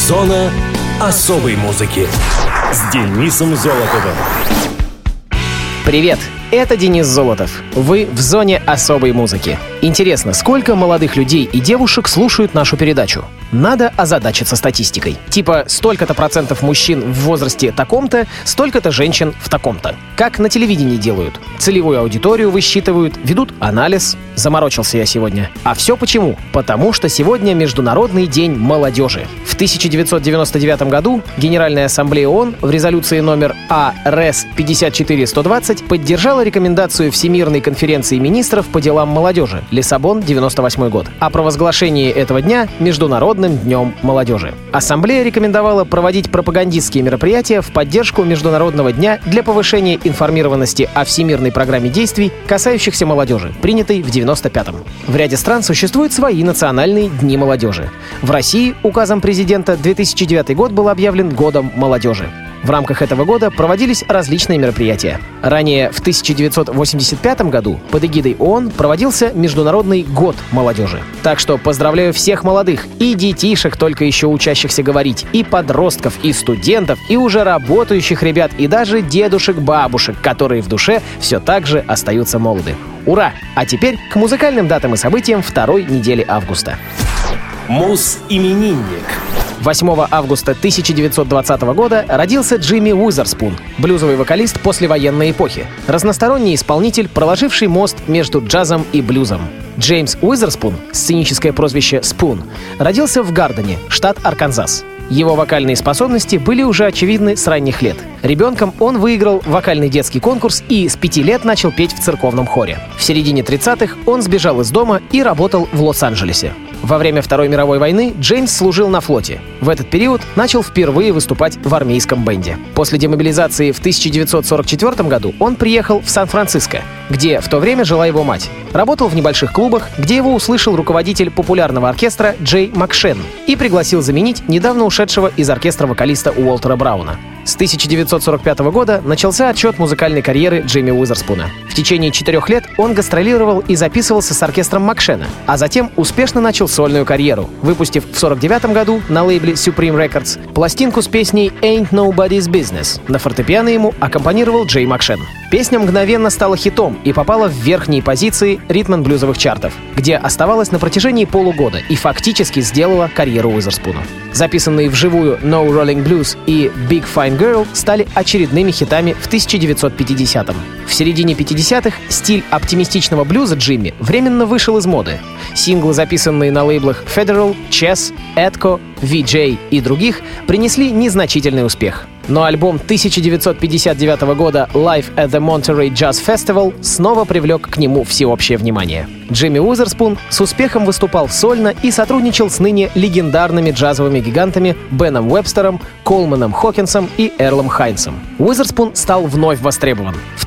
Зона особой музыки с Денисом Золотовым. Привет, это Денис Золотов. Вы в зоне особой музыки. Интересно, сколько молодых людей и девушек слушают нашу передачу? Надо озадачиться статистикой. Типа, столько-то процентов мужчин в возрасте таком-то, столько-то женщин в таком-то. Как на телевидении делают. Целевую аудиторию высчитывают, ведут анализ. Заморочился я сегодня. А все почему? Потому что сегодня Международный день молодежи. В 1999 году Генеральная ассамблея ООН в резолюции номер АРС 54120 поддержала рекомендацию Всемирной конференции министров по делам молодежи Лиссабон, 98 год, о провозглашении этого дня Международным днем молодежи. Ассамблея рекомендовала проводить пропагандистские мероприятия в поддержку Международного дня для повышения информированности о всемирной программе действий, касающихся молодежи, принятой в 95-м. В ряде стран существуют свои национальные дни молодежи. В России указом президента 2009 год был объявлен Годом молодежи. В рамках этого года проводились различные мероприятия. Ранее, в 1985 году, под эгидой ООН проводился Международный год молодежи. Так что поздравляю всех молодых, и детишек, только еще учащихся говорить, и подростков, и студентов, и уже работающих ребят, и даже дедушек-бабушек, которые в душе все так же остаются молоды. Ура! А теперь к музыкальным датам и событиям второй недели августа. Мус-именинник. 8 августа 1920 года родился Джимми Уизерспун, блюзовый вокалист послевоенной эпохи, разносторонний исполнитель, проложивший мост между джазом и блюзом. Джеймс Уизерспун, сценическое прозвище «Спун», родился в Гардене, штат Арканзас. Его вокальные способности были уже очевидны с ранних лет. Ребенком он выиграл вокальный детский конкурс и с 5 лет начал петь в церковном хоре. В середине 30-х он сбежал из дома и работал в Лос-Анджелесе. Во время Второй мировой войны Джеймс служил на флоте. В этот период начал впервые выступать в армейском бенде. После демобилизации в 1944 году он приехал в Сан-Франциско, где в то время жила его мать. Работал в небольших клубах, где его услышал руководитель популярного оркестра Джей Макшен и пригласил заменить недавно ушедшего из оркестра вокалиста Уолтера Брауна. С 1945 года начался отсчет музыкальной карьеры Джимми Уизерспуна. В течение 4 лет он гастролировал и записывался с оркестром Макшена, а затем успешно начал сольную карьеру, выпустив в 1949 году на лейбле Supreme Records пластинку с песней «Ain't Nobody's Business». На фортепиано ему аккомпанировал Джей Макшен. Песня мгновенно стала хитом и попала в верхние позиции ритм-н-блюзовых чартов, где оставалась на протяжении полугода и фактически сделала карьеру Уизерспуну. Записанные вживую «No Rolling Blues» и «Big Fine Girl» стали очередными хитами в 1950-м. В середине 50-х стиль оптимистичного блюза Джимми временно вышел из моды. Синглы, записанные на лейблах Federal, Chess, Atco, VJ и других, принесли незначительный успех. Но альбом 1959 года «Live at the Monterey Jazz Festival» снова привлек к нему всеобщее внимание. Джимми Уизерспун с успехом выступал сольно и сотрудничал с ныне легендарными джазовыми гигантами Беном Уэбстером, Колманом Хокинсом и Эрлом Хайнсом. Уизерспун стал вновь востребован. В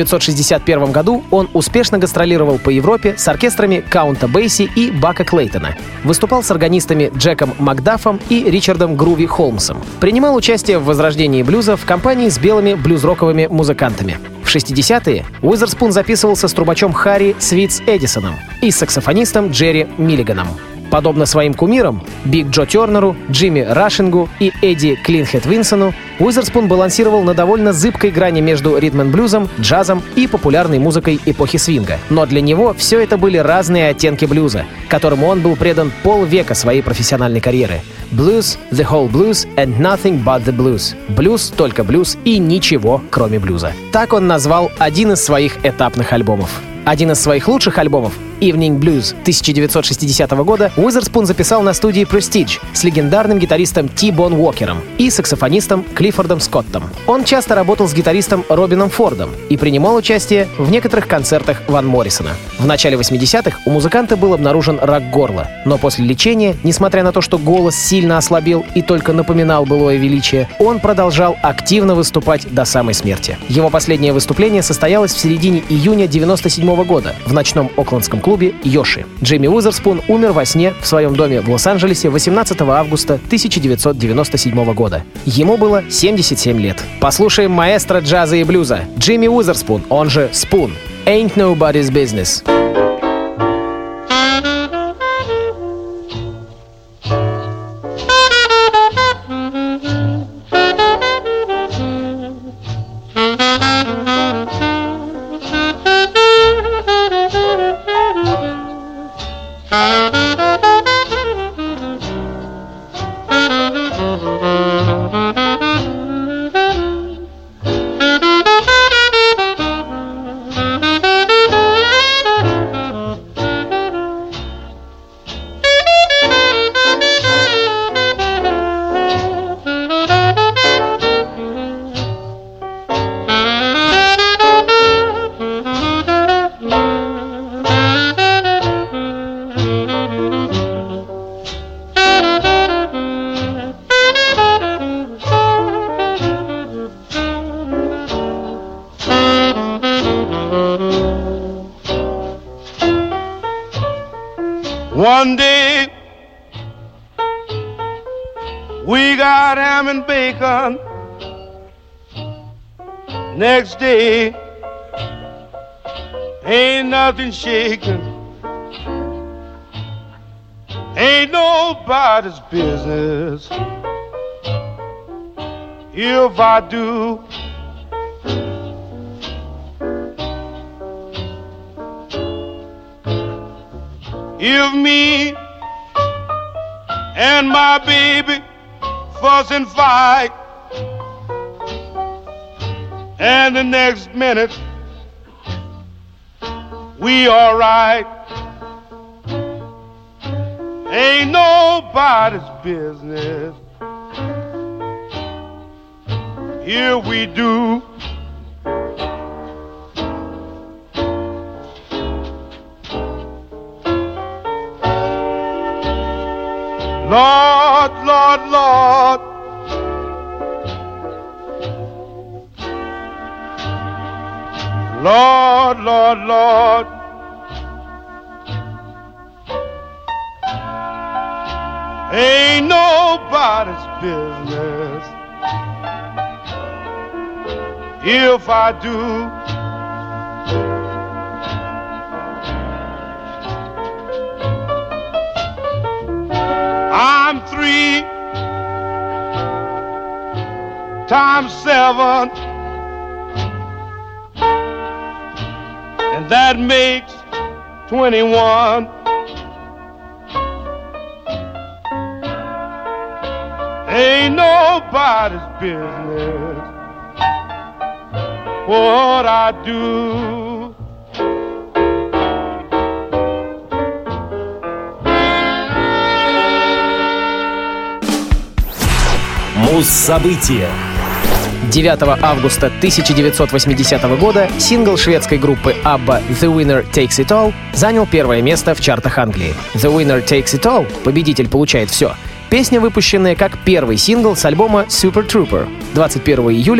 1961 году он успешно гастролировал по Европе с оркестрами Каунта Бейси и Бака Клейтона. Выступал с органистами Джеком Макдафом и Ричардом Груви Холмсом. Принимал участие в возрождении блюза в компании с белыми блюз-роковыми музыкантами. В 60-е Уизерспун записывался с трубачом Харри Свитс Эдисоном и саксофонистом Джерри Миллиганом. Подобно своим кумирам Биг Джо Тернеру, Джимми Рашингу и Эдди Клинхед Винсону, Уизерспун балансировал на довольно зыбкой грани между ритм-н-блюзом, джазом и популярной музыкой эпохи свинга. Но для него все это были разные оттенки блюза, которому он был предан полвека своей профессиональной карьеры. Blues, the whole blues and nothing but the blues. Блюз, только блюз и ничего, кроме блюза. Так он назвал один из своих этапных альбомов. Один из своих лучших альбомов, Evening Blues 1960 года, Уизерспун записал на студии Prestige с легендарным гитаристом Ти-Бон Уокером и саксофонистом Клиффордом Скоттом. Он часто работал с гитаристом Робином Фордом и принимал участие в некоторых концертах Ван Моррисона. В начале 80-х у музыканта был обнаружен рак горла, но после лечения, несмотря на то, что голос сильно ослабел и только напоминал былое величие, он продолжал активно выступать до самой смерти. Его последнее выступление состоялось в середине июня 1997 года в ночном оклендском клубе «Йоши». Джимми Уизерспун умер во сне в своем доме в Лос-Анджелесе 18 августа 1997 года. Ему было 77 лет. Послушаем маэстро джаза и блюза Джимми Уизерспун, он же Спун. «Ain't Nobody's Business». One day we got ham and bacon. Next day ain't nothing shaking. Ain't nobody's business if I do. If me and my baby fuss and fight, and the next minute we all right, ain't nobody's business here we do. Lord, Lord, Lord, Lord, Lord, Lord, ain't nobody's business if I do. I'm 3 times 7, and that makes 21. Ain't nobody's business what I do. Муз-события. 9 августа 1980 года сингл шведской группы ABBA «The Winner Takes It All» занял первое место в чартах Англии. «The Winner Takes It All» — «Победитель получает все». Песня, выпущенная как первый сингл с альбома Super Trooper 21 июля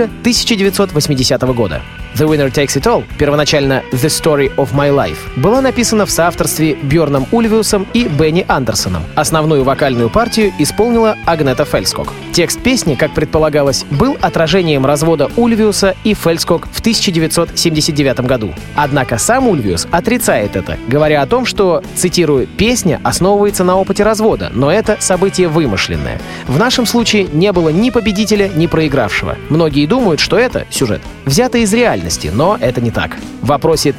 1980 года. The Winner Takes It All, первоначально The Story of My Life, была написана в соавторстве Бьорном Ульвиусом и Бенни Андерсоном. Основную вокальную партию исполнила Агнета Фельскок. Текст песни, как предполагалось, был отражением развода Ульвиуса и Фельскок в 1979 году. Однако сам Ульвиус отрицает это, говоря о том, что, цитирую, «песня основывается на опыте развода, но это событие вымышленное. В нашем случае не было ни победителя, ни проигравшего. Многие думают, что это, сюжет, взято из реальности, но это не так». В опросе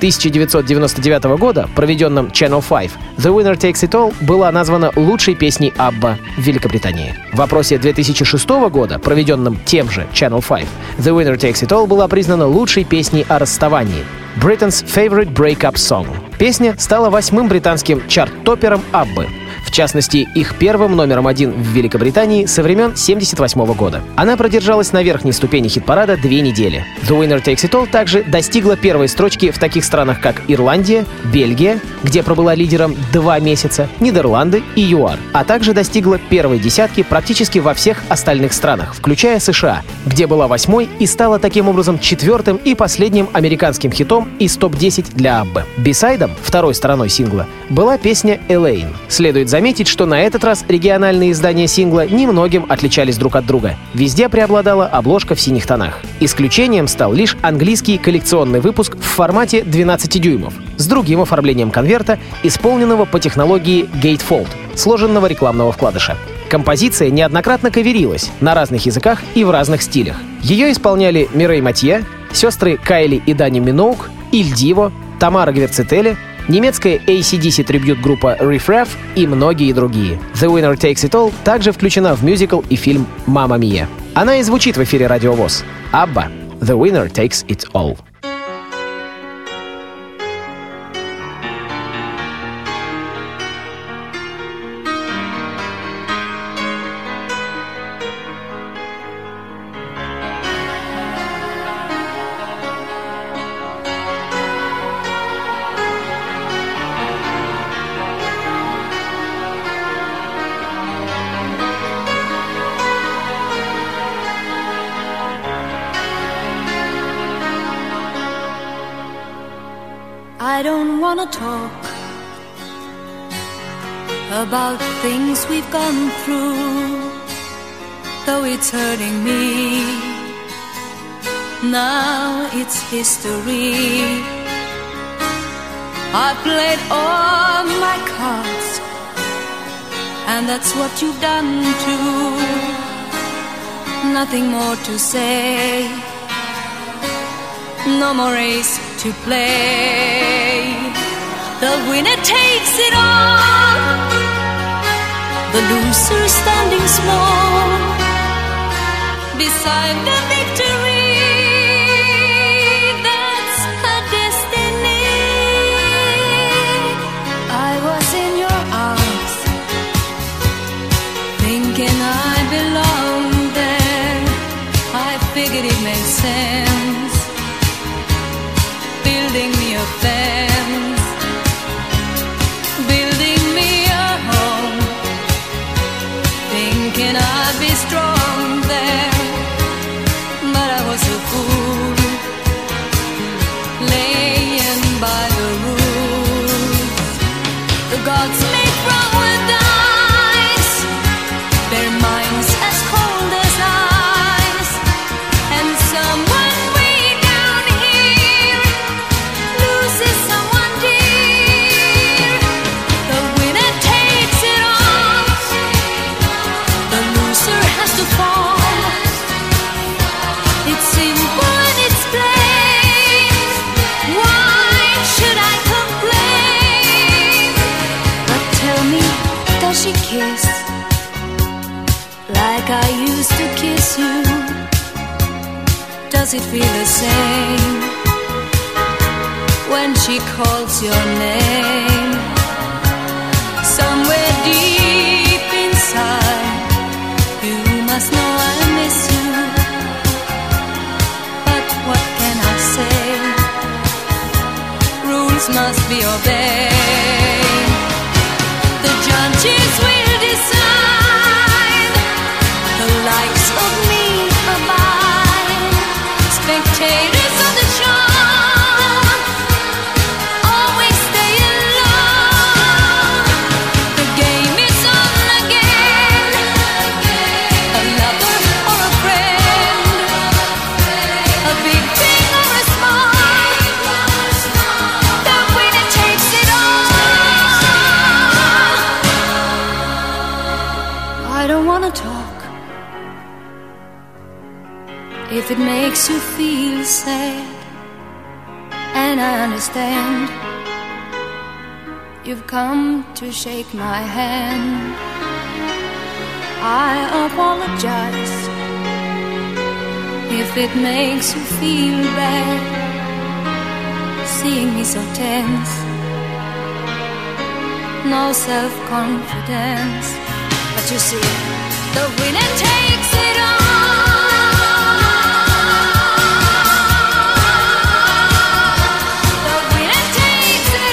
1999 года, проведенном Channel 5, The Winner Takes It All была названа лучшей песней ABBA в Великобритании. В опросе 2006 года, проведенном тем же Channel 5, The Winner Takes It All была признана лучшей песней о расставании. Britain's Favorite Breakup Song. Песня стала 8-м британским чарт-топпером ABBA. В частности, их первым номером 1 в Великобритании со времен 1978 года. Она продержалась на верхней ступени хит-парада 2 недели. The Winner Takes It All также достигла первой строчки в таких странах, как Ирландия, Бельгия, где пробыла лидером 2 месяца, Нидерланды и ЮАР, а также достигла первой десятки практически во всех остальных странах, включая США, где была 8-й и стала таким образом 4-м и последним американским хитом из топ-10 для ABBA. Бисайдом, второй стороной сингла, была песня «Элейн». Следует заметить, что на этот раз региональные издания сингла немногим отличались друг от друга. Везде преобладала обложка в синих тонах. Исключением стал лишь английский коллекционный выпуск в формате 12 дюймов с другим оформлением конверта, исполненного по технологии Gatefold, сложенного рекламного вкладыша. Композиция неоднократно каверилась на разных языках и в разных стилях. Ее исполняли Мирей Матье, сестры Кайли и Дани Миноуг, Иль Диво, Тамара Гверцетели, немецкая AC/DC трибьют-группа Riff Raff и многие другие. The Winner Takes It All также включена в мюзикл и фильм «Мамма Мия». Она и звучит в эфире Радио ВОС. ABBA — The Winner Takes It All. I don't wanna talk about things we've gone through, though it's hurting me. Now it's history. I played all my cards, and that's what you've done too. Nothing more to say, no more race to play. The winner takes it all, the loser standing small beside the victory. That's her destiny. I was in your arms, thinking I belonged there. I figured it made sense, building me a fence, building me a home, thinking I'd be strong there. But I was a fool, laying by the rules. The gods may throw a dice, their minds as cold as ice, and someone way down here loses someone dear. The winner takes it all, the loser has to fall. It's simple and it's plain. Why should I complain? But tell me, does she kiss like I used to kiss you? Does it feel the same when she calls your name? Somewhere deep inside, you must know I miss you. But what can I say? Rules must be obeyed. The judges will decide, the likes of me abide. Spectators of the show always stay alone. The game is on again, a lover or a friend, a big thing or a small, the winner takes it all. I don't wanna talk if it makes you feel sad, and I understand. You've come to shake my hand. I apologize if it makes you feel bad, seeing me so tense, no self-confidence. But you see, the winner takes it all. The winner takes it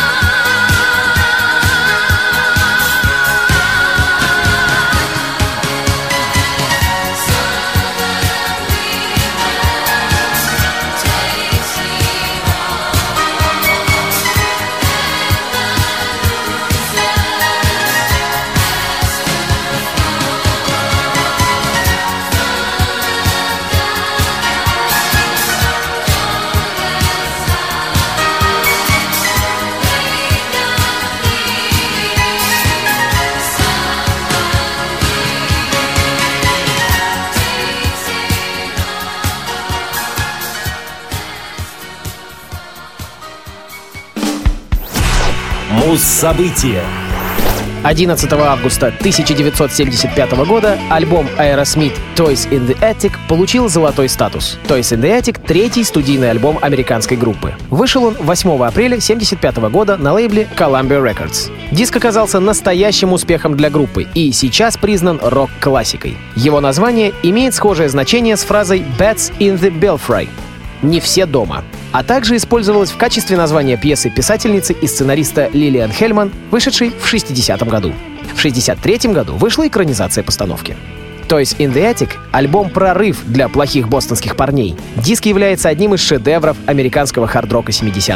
Муз-события. 11 августа 1975 года альбом Aerosmith «Toys in the Attic» получил золотой статус. «Toys in the Attic» — третий студийный альбом американской группы. Вышел он 8 апреля 1975 года на лейбле Columbia Records. Диск оказался настоящим успехом для группы и сейчас признан рок-классикой. Его название имеет схожее значение с фразой «Bats in the Belfry» — «Не все дома», а также использовалась в качестве названия пьесы писательницы и сценариста Лилиан Хельман, вышедшей в 1960 году. В 1963 году вышла экранизация постановки. «Toys in the Attic» — альбом-прорыв для плохих бостонских парней. Диск является одним из шедевров американского хард-рока 70-х.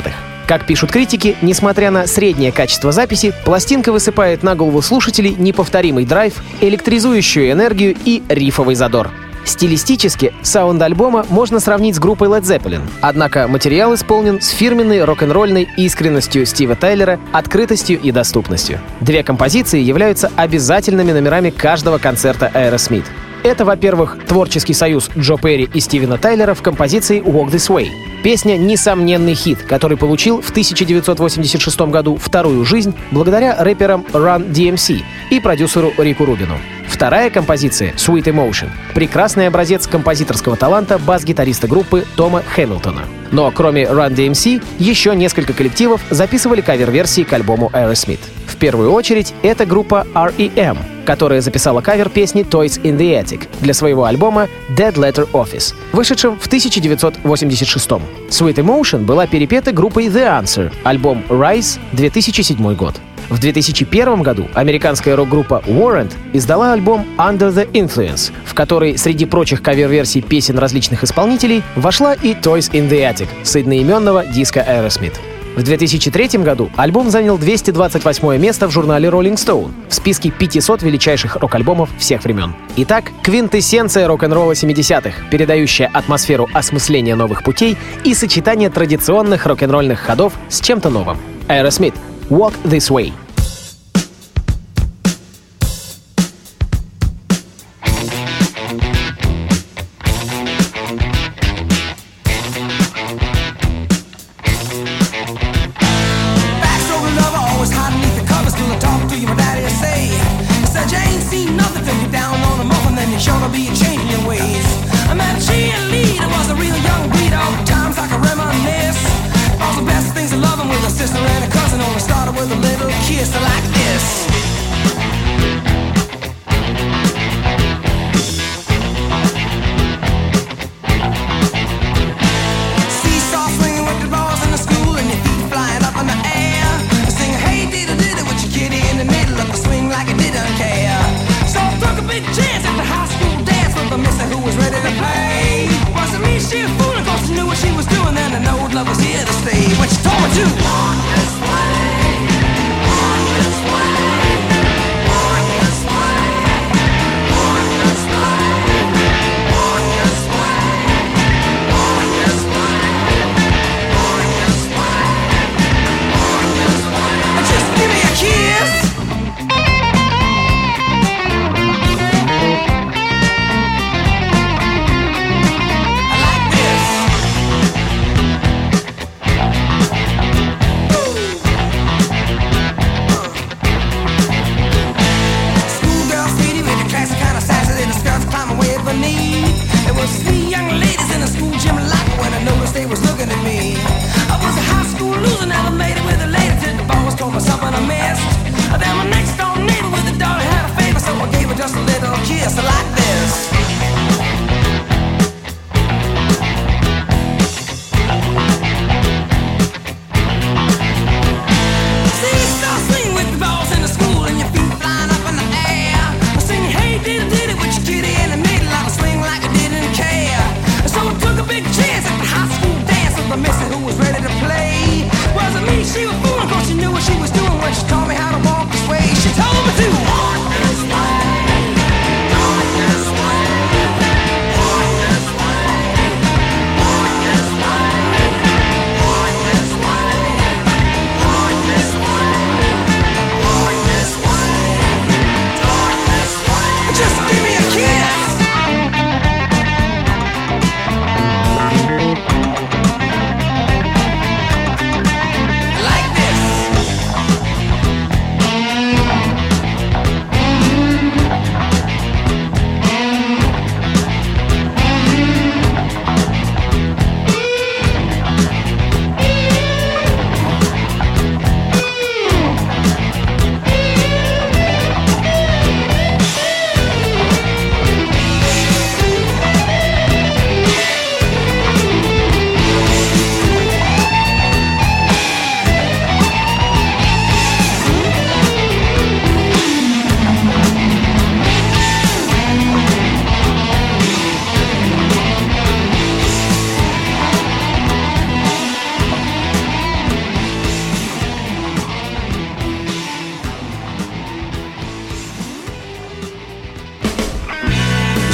Как пишут критики, несмотря на среднее качество записи, пластинка высыпает на голову слушателей неповторимый драйв, электризующую энергию и рифовый задор. Стилистически саунд альбома можно сравнить с группой Led Zeppelin, однако материал исполнен с фирменной рок-н-ролльной искренностью Стива Тайлера, открытостью и доступностью. Две композиции являются обязательными номерами каждого концерта Aerosmith. Это, во-первых, творческий союз Джо Перри и Стивена Тайлера в композиции «Walk This Way». Песня — несомненный хит, который получил в 1986 году вторую жизнь благодаря рэперам Run DMC и продюсеру Рику Рубину. Вторая композиция «Sweet Emotion» — прекрасный образец композиторского таланта бас-гитариста группы Тома Хэмилтона. Но кроме Run DMC, еще несколько коллективов записывали кавер-версии к альбому Aerosmith. В первую очередь, это группа R.E.M., которая записала кавер песни Toys in the Attic для своего альбома Dead Letter Office, вышедшем в 1986. Sweet Emotion была перепета группой The Answer, альбом Rise, 2007 год. В 2001 году американская рок-группа Warrant издала альбом Under the Influence, в который среди прочих кавер-версий песен различных исполнителей вошла и Toys in the Attic с одноименного диска Aerosmith. В 2003 году альбом занял 228 место в журнале Rolling Stone в списке 500 величайших рок-альбомов всех времен. Итак, квинтэссенция рок-н-ролла 70-х, передающая атмосферу осмысления новых путей и сочетание традиционных рок-н-ролльных ходов с чем-то новым. Aerosmith. Walk This Way.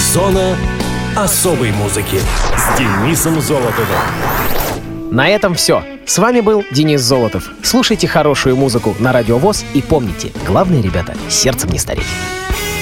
Зона особой музыки с Денисом Золотовым. На этом все. С вами был Денис Золотов. Слушайте хорошую музыку на Радио ВОС и помните, главное, ребята, сердцем не стареть.